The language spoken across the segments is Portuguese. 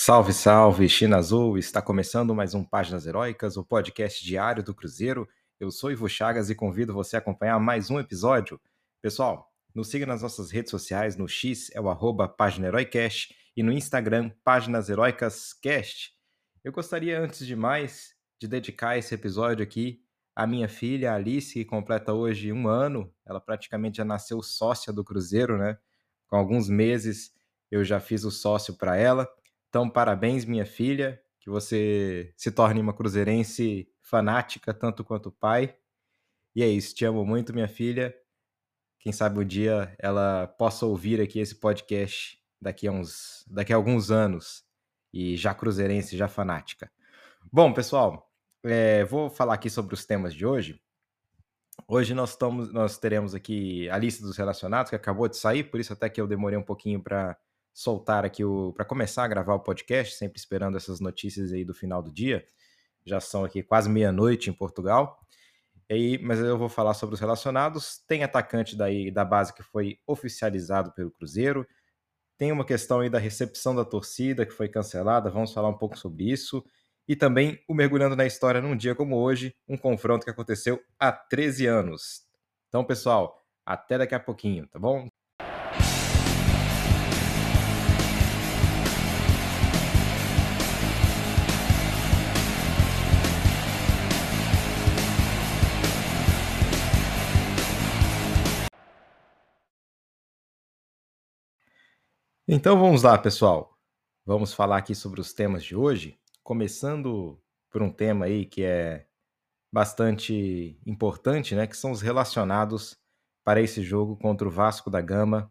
Salve, salve, China Azul! Está começando mais um Páginas Heróicas, o podcast diário do Cruzeiro. Eu sou Ivo Chagas e convido você a acompanhar mais um episódio. Pessoal, nos siga nas nossas redes sociais, no X é o Página Heroicast e no Instagram, Páginas Heroicas Cast. Eu gostaria, antes de mais, de dedicar esse episódio aqui à minha filha, Alice, que completa hoje 1 ano. Ela praticamente já nasceu sócia do Cruzeiro, né? Com alguns meses eu já fiz o sócio para ela. Então, parabéns, minha filha, que você se torne uma cruzeirense fanática, tanto quanto o pai. E é isso, te amo muito, minha filha. Quem sabe um dia ela possa ouvir aqui esse podcast daqui a alguns anos, e já cruzeirense, já fanática. Bom, pessoal, vou falar aqui sobre os temas de hoje. Hoje nós teremos aqui a lista dos relacionados, que acabou de sair, por isso até que eu demorei um pouquinho para soltar aqui para começar a gravar o podcast, sempre esperando essas notícias aí do final do dia. Já são aqui quase meia-noite em Portugal. Mas eu vou falar sobre os relacionados. Tem atacante da base que foi oficializado pelo Cruzeiro. Tem uma questão aí da recepção da torcida que foi cancelada, vamos falar um pouco sobre isso. E também o Mergulhando na História num dia como hoje, um confronto que aconteceu há 13 anos. Então, pessoal, até daqui a pouquinho, tá bom? Então vamos lá, pessoal. Vamos falar aqui sobre os temas de hoje, começando por um tema aí que é bastante importante, né, que são os relacionados para esse jogo contra o Vasco da Gama,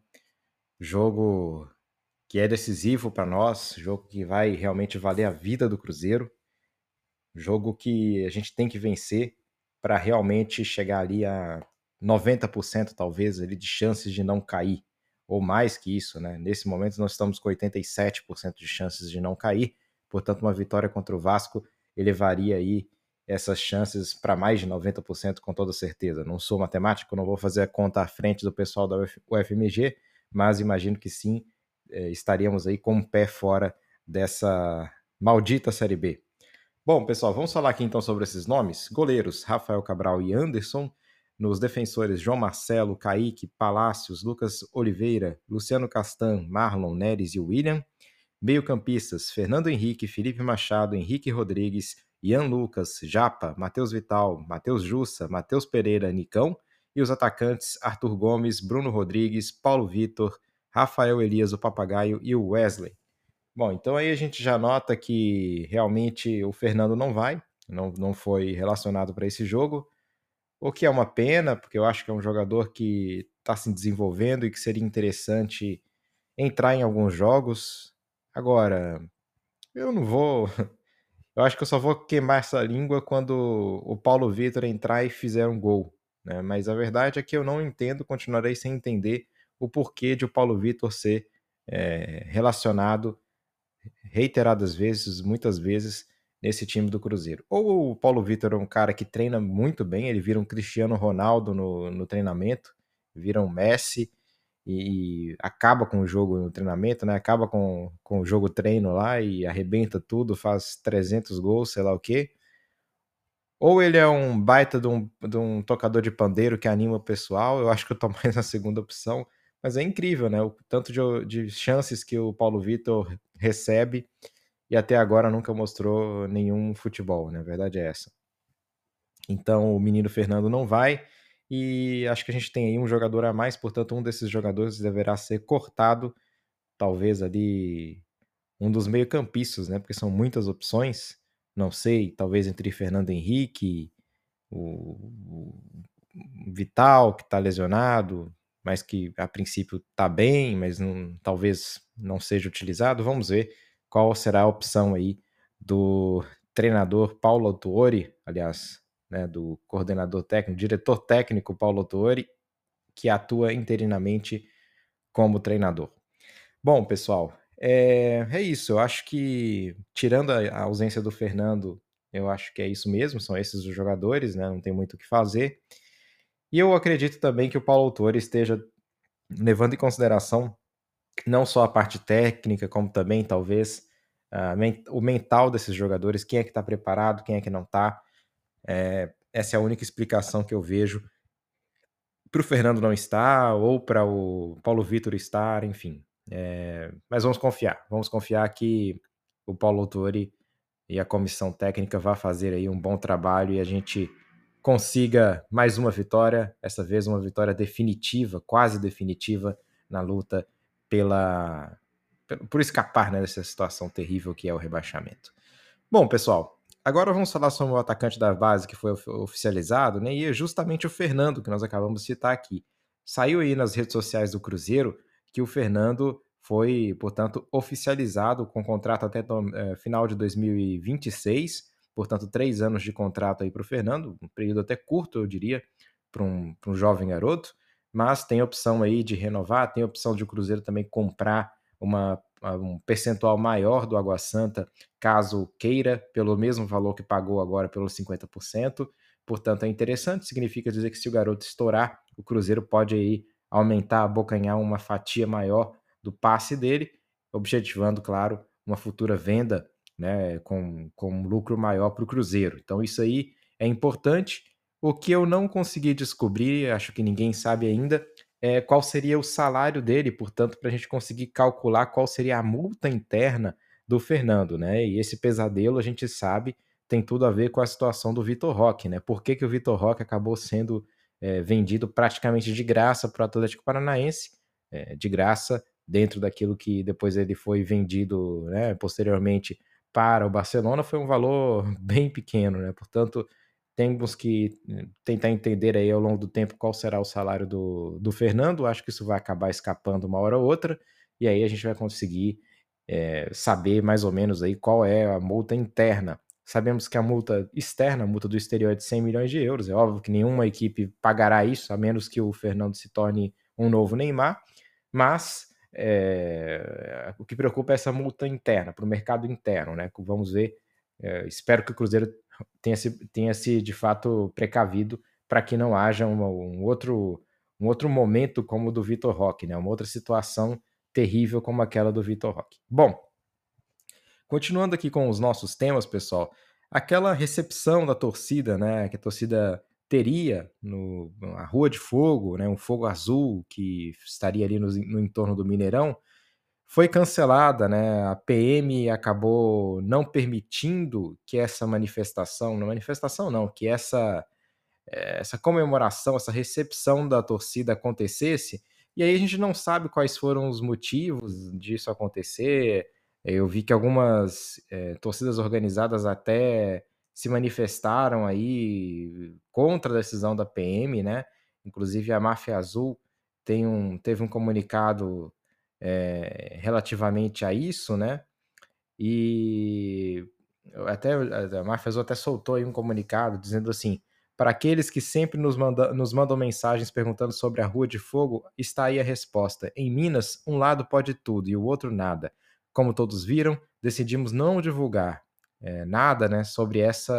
jogo que é decisivo para nós, jogo que vai realmente valer a vida do Cruzeiro, jogo que a gente tem que vencer para realmente chegar ali a 90% talvez ali de chances de não cair, ou mais que isso, né? Nesse momento nós estamos com 87% de chances de não cair, portanto uma vitória contra o Vasco elevaria aí essas chances para mais de 90% com toda certeza. Não sou matemático, não vou fazer a conta à frente do pessoal da UFMG, mas imagino que sim, estaríamos aí com um pé fora dessa maldita Série B. Bom, pessoal, vamos falar aqui então sobre esses nomes. Goleiros, Rafael Cabral e Anderson. Nos defensores, João Marcelo, Kaique, Palácios, Lucas Oliveira, Luciano Castan, Marlon, Neres e William. Meio-campistas, Fernando Henrique, Felipe Machado, Henrique Rodrigues, Ian Lucas, Japa, Matheus Vital, Matheus Jussa, Matheus Pereira, Nicão. E os atacantes, Arthur Gomes, Bruno Rodrigues, Paulo Vitor, Rafael Elias, o Papagaio e o Wesley. Bom, então aí a gente já nota que realmente o Fernando não foi relacionado para esse jogo, o que é uma pena, porque eu acho que é um jogador que está se desenvolvendo e que seria interessante entrar em alguns jogos. Agora, eu não vou. Eu acho que eu só vou queimar essa língua quando o Paulo Vitor entrar e fizer um gol, né? Mas a verdade é que eu não entendo, continuarei sem entender o porquê de o Paulo Vitor ser relacionado reiteradas vezes, muitas vezes, nesse time do Cruzeiro. Ou o Paulo Vitor é um cara que treina muito bem, ele vira um Cristiano Ronaldo no treinamento, vira um Messi e acaba com o jogo no treinamento, né? Acaba com o jogo treino lá e arrebenta tudo, faz 300 gols, sei lá o quê. Ou ele é um baita de um tocador de pandeiro que anima o pessoal, eu acho que eu tô mais na segunda opção, mas é incrível, né? O tanto de chances que o Paulo Vitor recebe e até agora nunca mostrou nenhum futebol, né? A verdade é essa. Então o menino Fernando não vai e acho que a gente tem aí um jogador a mais, portanto um desses jogadores deverá ser cortado, talvez ali um dos meio-campistas, né? Porque são muitas opções. Não sei, talvez entre Fernando Henrique, o Vital, que está lesionado, mas que a princípio está bem, mas talvez não seja utilizado. Vamos ver qual será a opção aí do treinador Paulo Autuori, aliás, né, do coordenador técnico, diretor técnico Paulo Autuori, que atua interinamente como treinador. Bom, pessoal, é isso. Eu acho que, tirando a ausência do Fernando, eu acho que é isso mesmo, são esses os jogadores, né? Não tem muito o que fazer. E eu acredito também que o Paulo Autuori esteja levando em consideração não só a parte técnica, como também talvez o mental desses jogadores, quem é que está preparado, quem é que não está. Essa é a única explicação que eu vejo para o Fernando não estar ou para o Paulo Vitor estar, enfim. Mas vamos confiar que o Paulo Autori e a comissão técnica vai fazer aí um bom trabalho e a gente consiga mais uma vitória, essa vez uma vitória definitiva, quase definitiva, na luta por escapar, né, dessa situação terrível que é o rebaixamento. Bom, pessoal, agora vamos falar sobre o atacante da base que foi oficializado, né? E é justamente o Fernando, que nós acabamos de citar aqui. Saiu aí nas redes sociais do Cruzeiro que o Fernando foi, portanto, oficializado com contrato até final de 2026, portanto, 3 anos de contrato aí para o Fernando, um período até curto, eu diria, para um jovem garoto, mas tem opção aí de renovar, tem opção de o Cruzeiro também comprar um percentual maior do Água Santa, caso queira, pelo mesmo valor que pagou agora pelos 50%. Portanto, é interessante, significa dizer que se o garoto estourar, o Cruzeiro pode aí aumentar, abocanhar uma fatia maior do passe dele, objetivando, claro, uma futura venda, né, com um lucro maior para o Cruzeiro. Então, isso aí é importante. O que eu não consegui descobrir, acho que ninguém sabe ainda, qual seria o salário dele, portanto, para a gente conseguir calcular qual seria a multa interna do Fernando, né? E esse pesadelo, a gente sabe, tem tudo a ver com a situação do Vitor Roque, né? Por que o Vitor Roque acabou sendo vendido praticamente de graça para o Atlético Paranaense, de graça, dentro daquilo que depois ele foi vendido, né, posteriormente para o Barcelona, foi um valor bem pequeno, né? Portanto, temos que tentar entender aí ao longo do tempo qual será o salário do Fernando. Acho que isso vai acabar escapando uma hora ou outra, e aí a gente vai conseguir saber mais ou menos aí qual é a multa interna. Sabemos que a multa externa, a multa do exterior é de 100 milhões de euros. É óbvio que nenhuma equipe pagará isso, a menos que o Fernando se torne um novo Neymar, mas o que preocupa é essa multa interna, para o mercado interno, né? Vamos ver. Espero que o Cruzeiro tenha se de fato precavido para que não haja um outro momento como o do Vitor Roque, né? Uma outra situação terrível como aquela do Vitor Roque. Bom, continuando aqui com os nossos temas, pessoal, aquela recepção da torcida, né, que a torcida teria na Rua de Fogo, né, um fogo azul que estaria ali no entorno do Mineirão, foi cancelada, né? A PM acabou não permitindo que essa manifestação não, que essa comemoração, essa recepção da torcida acontecesse, e aí a gente não sabe quais foram os motivos disso acontecer. Eu vi que algumas torcidas organizadas até se manifestaram aí contra a decisão da PM, né? Inclusive a Máfia Azul teve um comunicado relativamente a isso, né? E até a Máfia Azul até soltou aí um comunicado dizendo assim: para aqueles que sempre nos mandam mensagens perguntando sobre a Rua de Fogo, está aí a resposta. Em Minas, um lado pode tudo e o outro nada. Como todos viram, decidimos não divulgar nada, né, sobre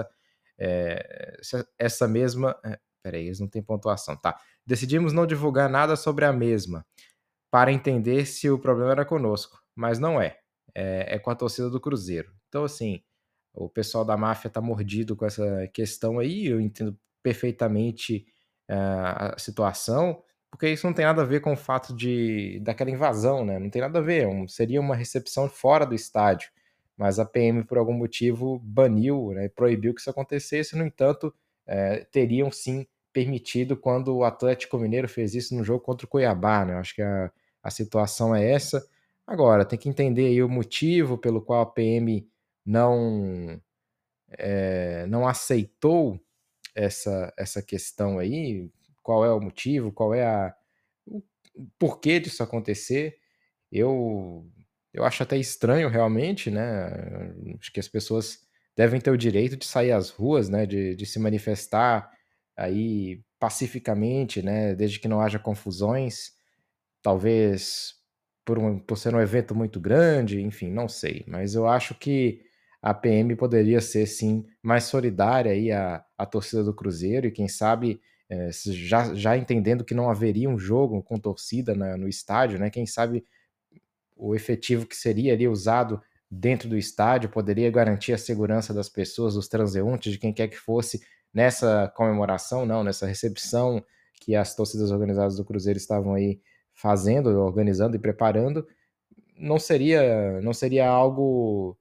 essa mesma. Peraí, eles não têm pontuação, tá? Decidimos não divulgar nada sobre a mesma para entender se o problema era conosco, mas não é. É com a torcida do Cruzeiro. Então, assim, o pessoal da máfia tá mordido com essa questão aí, eu entendo perfeitamente a situação, porque isso não tem nada a ver com o fato daquela invasão, né? Não tem nada a ver, seria uma recepção fora do estádio, mas a PM, por algum motivo, baniu, né, proibiu que isso acontecesse. No entanto, teriam sim permitido quando o Atlético Mineiro fez isso no jogo contra o Cuiabá, né? Eu acho que a situação é essa. Agora, tem que entender aí o motivo pelo qual a PM não, não aceitou essa questão aí, qual é o motivo, qual é o porquê disso acontecer. Eu, eu acho até estranho realmente, né? Acho que as pessoas devem ter o direito de sair às ruas, né? De se manifestar aí pacificamente, né? Desde que não haja confusões. Talvez por ser um evento muito grande, enfim, não sei. Mas eu acho que a PM poderia ser, sim, mais solidária aí à torcida do Cruzeiro e quem sabe, já entendendo que não haveria um jogo com torcida no estádio, né? Quem sabe o efetivo que seria ali usado dentro do estádio, poderia garantir a segurança das pessoas, dos transeuntes, de quem quer que fosse nessa comemoração, não, nessa recepção que as torcidas organizadas do Cruzeiro estavam aí fazendo, organizando e preparando, não seria algo,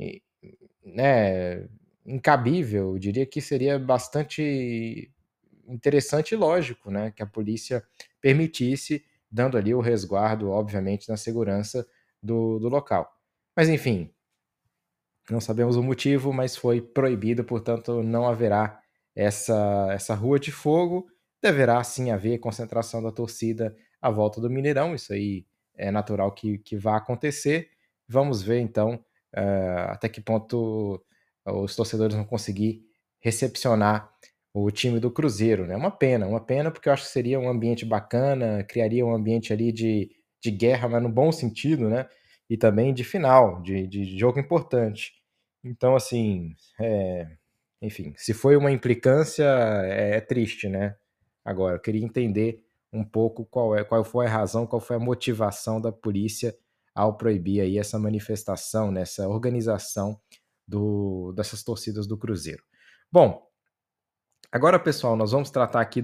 né, incabível. Eu diria que seria bastante interessante e lógico, né, que a polícia permitisse, dando ali o resguardo, obviamente, na segurança do local. Mas enfim, não sabemos o motivo, mas foi proibido, portanto, não haverá essa rua de fogo. Deverá sim haver concentração da torcida à volta do Mineirão, isso aí é natural que vá acontecer. Vamos ver então até que ponto os torcedores vão conseguir recepcionar o time do Cruzeiro, né? Uma pena, porque eu acho que seria um ambiente bacana, criaria um ambiente ali de guerra, mas no bom sentido, né? E também de final, de jogo importante. Então, assim, enfim, se foi uma implicância, é triste, né? Agora, eu queria entender um pouco qual foi a razão, qual foi a motivação da polícia ao proibir aí essa manifestação, nessa organização dessas torcidas do Cruzeiro. Bom, agora, pessoal, nós vamos tratar aqui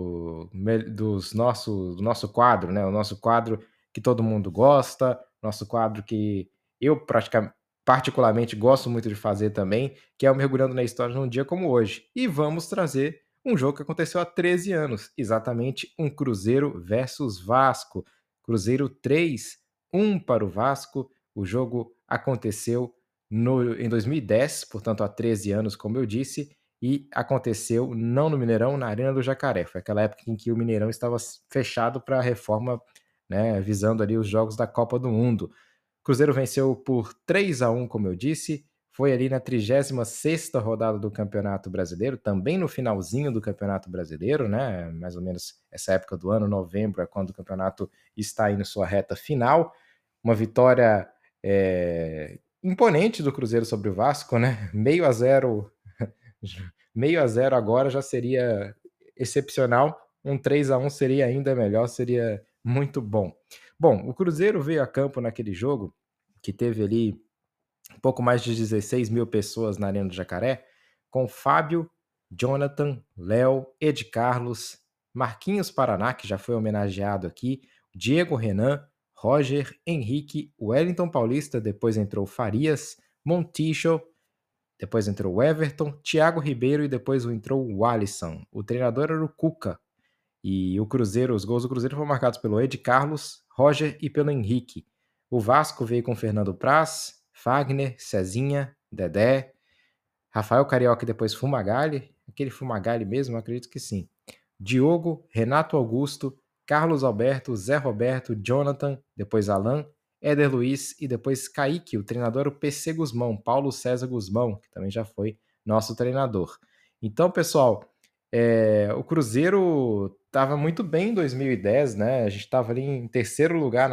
do nosso quadro, né? O nosso quadro que todo mundo gosta, nosso quadro que eu particularmente gosto muito de fazer também, que é o Mergulhando na História num dia como hoje. E vamos trazer um jogo que aconteceu há 13 anos, exatamente um Cruzeiro versus Vasco. Cruzeiro 3-1 para o Vasco. O jogo aconteceu em 2010, portanto há 13 anos, como eu disse, e aconteceu não no Mineirão, na Arena do Jacaré. Foi aquela época em que o Mineirão estava fechado para a reforma, né, visando ali os jogos da Copa do Mundo. O Cruzeiro venceu por 3-1, como eu disse, foi ali na 36ª rodada do Campeonato Brasileiro, também no finalzinho do Campeonato Brasileiro, né, mais ou menos essa época do ano, novembro, é quando o campeonato está aí na sua reta final. Uma vitória imponente do Cruzeiro sobre o Vasco, né, meio a zero agora já seria excepcional, um 3-1 seria ainda melhor, seria muito bom. Bom, o Cruzeiro veio a campo naquele jogo, que teve ali um pouco mais de 16 mil pessoas na Arena do Jacaré, com Fábio, Jonathan, Léo, Ed Carlos, Marquinhos Paraná, que já foi homenageado aqui, Diego Renan, Roger, Henrique, Wellington Paulista, depois entrou Farias, Montijo, depois entrou o Everton, Thiago Ribeiro e depois entrou o Alisson. O treinador era o Cuca. E o Cruzeiro, os gols do Cruzeiro foram marcados pelo Ed Carlos, Roger e pelo Henrique. O Vasco veio com Fernando Praz, Fagner, Cezinha, Dedé, Rafael Carioca e depois Fumagalli. Aquele Fumagalli mesmo, acredito que sim. Diogo, Renato Augusto, Carlos Alberto, Zé Roberto, Jonathan, depois Alain, Éder Luiz e depois Kaique, o treinador o PC Guzmão, Paulo César Guzmão, que também já foi nosso treinador. Então, pessoal, o Cruzeiro estava muito bem em 2010, né? A gente estava ali em terceiro lugar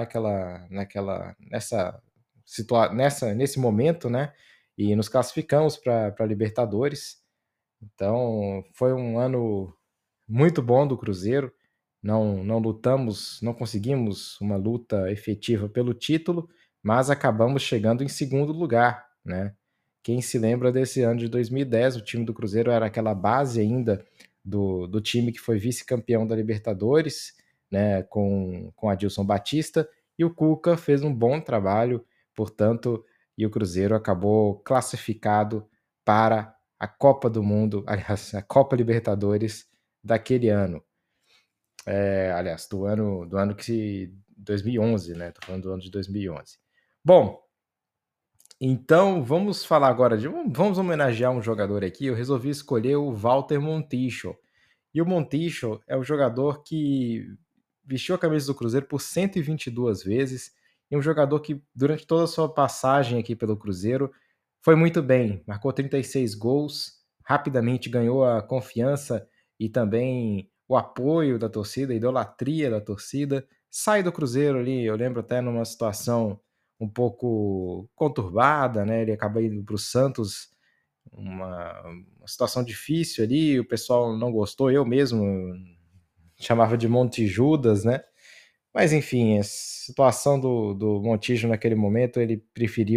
nesse momento, né? E nos classificamos para a Libertadores. Então, foi um ano muito bom do Cruzeiro. Não lutamos, não conseguimos uma luta efetiva pelo título, mas acabamos chegando em segundo lugar, né? Quem se lembra desse ano de 2010, o time do Cruzeiro era aquela base ainda do time que foi vice-campeão da Libertadores, né, com Adilson Batista, e o Cuca fez um bom trabalho, portanto, e o Cruzeiro acabou classificado para a Copa do Mundo, aliás, a Copa Libertadores daquele ano. Aliás, do ano que 2011, né? Tô falando do ano de 2011. Bom, então vamos falar agora vamos homenagear um jogador aqui. Eu resolvi escolher o Walter Montijo. E o Montijo é um jogador que vestiu a camisa do Cruzeiro por 122 vezes e um jogador que durante toda a sua passagem aqui pelo Cruzeiro foi muito bem, marcou 36 gols, rapidamente ganhou a confiança e também o apoio da torcida, a idolatria da torcida. Sai do Cruzeiro ali, eu lembro até numa situação um pouco conturbada, né? Ele acaba indo para o Santos, uma situação difícil ali, o pessoal não gostou, eu mesmo chamava de Monte Judas, né? Mas enfim, a situação do Montijo naquele momento, ele preferiu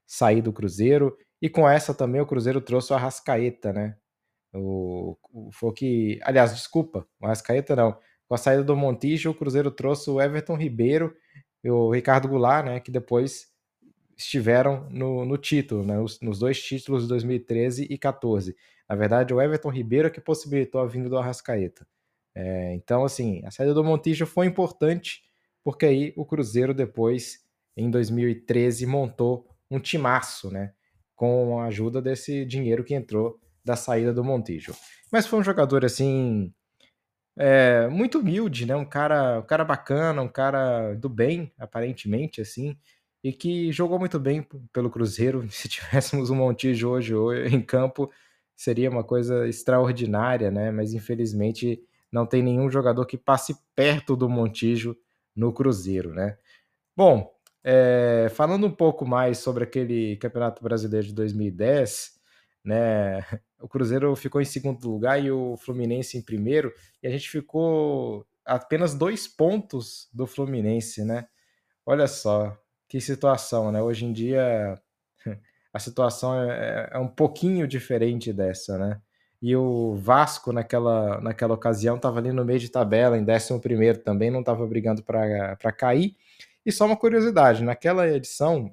sair do Cruzeiro, e com essa também o Cruzeiro trouxe o Arrascaeta, né? Foi o que. Aliás, desculpa, o Arrascaeta não. Com a saída do Montijo, o Cruzeiro trouxe o Everton Ribeiro e o Ricardo Goulart, né? Que depois estiveram no título, né? Nos dois títulos de 2013 e 14. Na verdade, o Everton Ribeiro é que possibilitou a vinda do Arrascaeta. Então, assim, a saída do Montijo foi importante, porque aí o Cruzeiro depois, em 2013, montou um timaço, né? Com a ajuda desse dinheiro que entrou da saída do Montijo. Mas foi um jogador, assim, muito humilde, né? Um cara bacana, um cara do bem, aparentemente, assim, e que jogou muito bem pelo Cruzeiro. Se tivéssemos um Montijo hoje em campo, seria uma coisa extraordinária, né? Mas infelizmente não tem nenhum jogador que passe perto do Montijo no Cruzeiro, né? Bom, falando um pouco mais sobre aquele Campeonato Brasileiro de 2010, né? O Cruzeiro ficou em segundo lugar e o Fluminense em primeiro, e a gente ficou a apenas 2 pontos do Fluminense, né? Olha só, que situação, né? Hoje em dia a situação é um pouquinho diferente dessa, né? E o Vasco naquela ocasião estava ali no meio de tabela, em 11º também, não estava brigando para cair. E só uma curiosidade, naquela edição,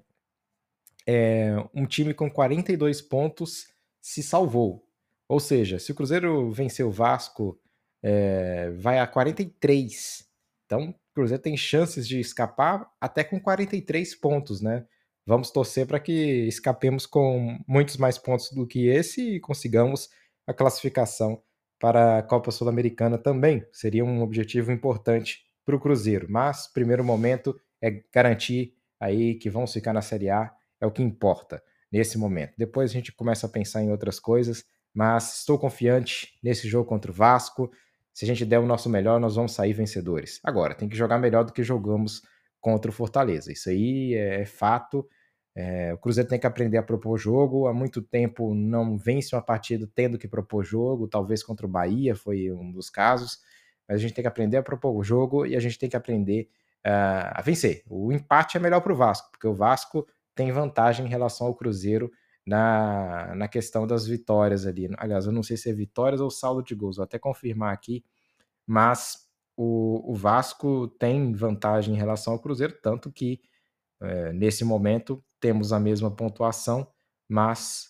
um time com 42 pontos se salvou. Ou seja, se o Cruzeiro vencer o Vasco, vai a 43. Então, o Cruzeiro tem chances de escapar até com 43 pontos, né? Vamos torcer para que escapemos com muitos mais pontos do que esse e consigamos a classificação para a Copa Sul-Americana também. Seria um objetivo importante para o Cruzeiro. Mas, primeiro momento, é garantir aí que vamos ficar na Série A, é o que importa nesse momento. Depois a gente começa a pensar em outras coisas, mas estou confiante nesse jogo contra o Vasco. Se a gente der o nosso melhor, nós vamos sair vencedores. Agora, tem que jogar melhor do que jogamos contra o Fortaleza. Isso aí é fato. O Cruzeiro tem que aprender a propor jogo. Há muito tempo não vence uma partida tendo que propor jogo. Talvez contra o Bahia foi um dos casos. Mas a gente tem que aprender a propor o jogo e a gente tem que aprender a vencer. O empate é melhor para o Vasco, porque o Vasco tem vantagem em relação ao Cruzeiro na questão das vitórias ali. Aliás, eu não sei se é vitórias ou saldo de gols, vou até confirmar aqui, mas o Vasco tem vantagem em relação ao Cruzeiro, tanto que nesse momento temos a mesma pontuação, mas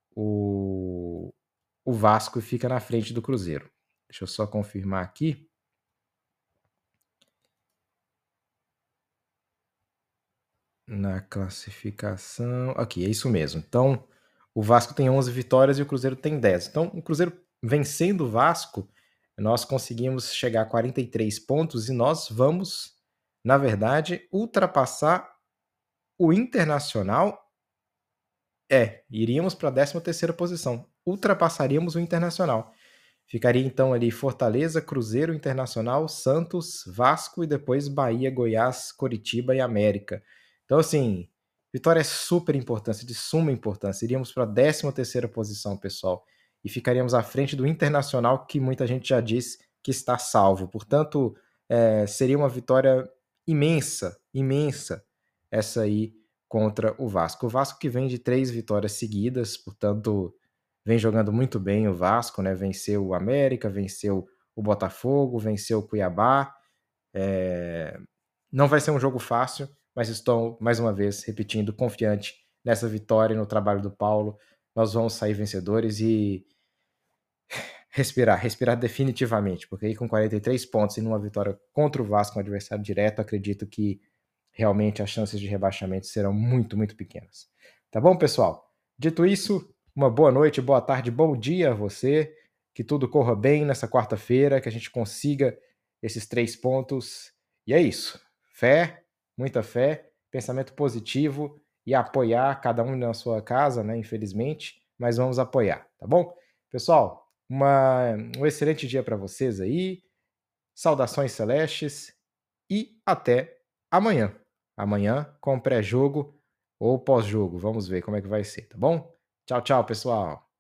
o Vasco fica na frente do Cruzeiro. Deixa eu só confirmar aqui. Na classificação. Aqui, é isso mesmo. Então, o Vasco tem 11 vitórias e o Cruzeiro tem 10. Então, o Cruzeiro vencendo o Vasco, nós conseguimos chegar a 43 pontos e nós vamos, na verdade, ultrapassar o Internacional. Iríamos para a 13ª posição. Ultrapassaríamos o Internacional. Ficaria então ali Fortaleza, Cruzeiro, Internacional, Santos, Vasco e depois Bahia, Goiás, Coritiba e América. Então, assim, vitória é super importante, de suma importância. Iríamos para a 13ª posição, pessoal, e ficaríamos à frente do Internacional, que muita gente já diz que está salvo. Portanto, seria uma vitória imensa, imensa, essa aí contra o Vasco. O Vasco que vem de 3 vitórias seguidas, portanto, vem jogando muito bem o Vasco, né? Venceu o América, venceu o Botafogo, venceu o Cuiabá. Não vai ser um jogo fácil, mas estou, mais uma vez, repetindo, confiante nessa vitória e no trabalho do Paulo. Nós vamos sair vencedores e respirar definitivamente, porque aí com 43 pontos e numa vitória contra o Vasco, um adversário direto, acredito que realmente as chances de rebaixamento serão muito, muito pequenas. Tá bom, pessoal? Dito isso, uma boa noite, boa tarde, bom dia a você. Que tudo corra bem nessa quarta-feira, que a gente consiga esses 3 pontos. E é isso. Fé, muita fé, pensamento positivo e apoiar cada um na sua casa, né? Infelizmente, mas vamos apoiar, tá bom? Pessoal, um excelente dia para vocês aí. Saudações celestes e até amanhã. Amanhã com pré-jogo ou pós-jogo. Vamos ver como é que vai ser, tá bom? Tchau, tchau, pessoal.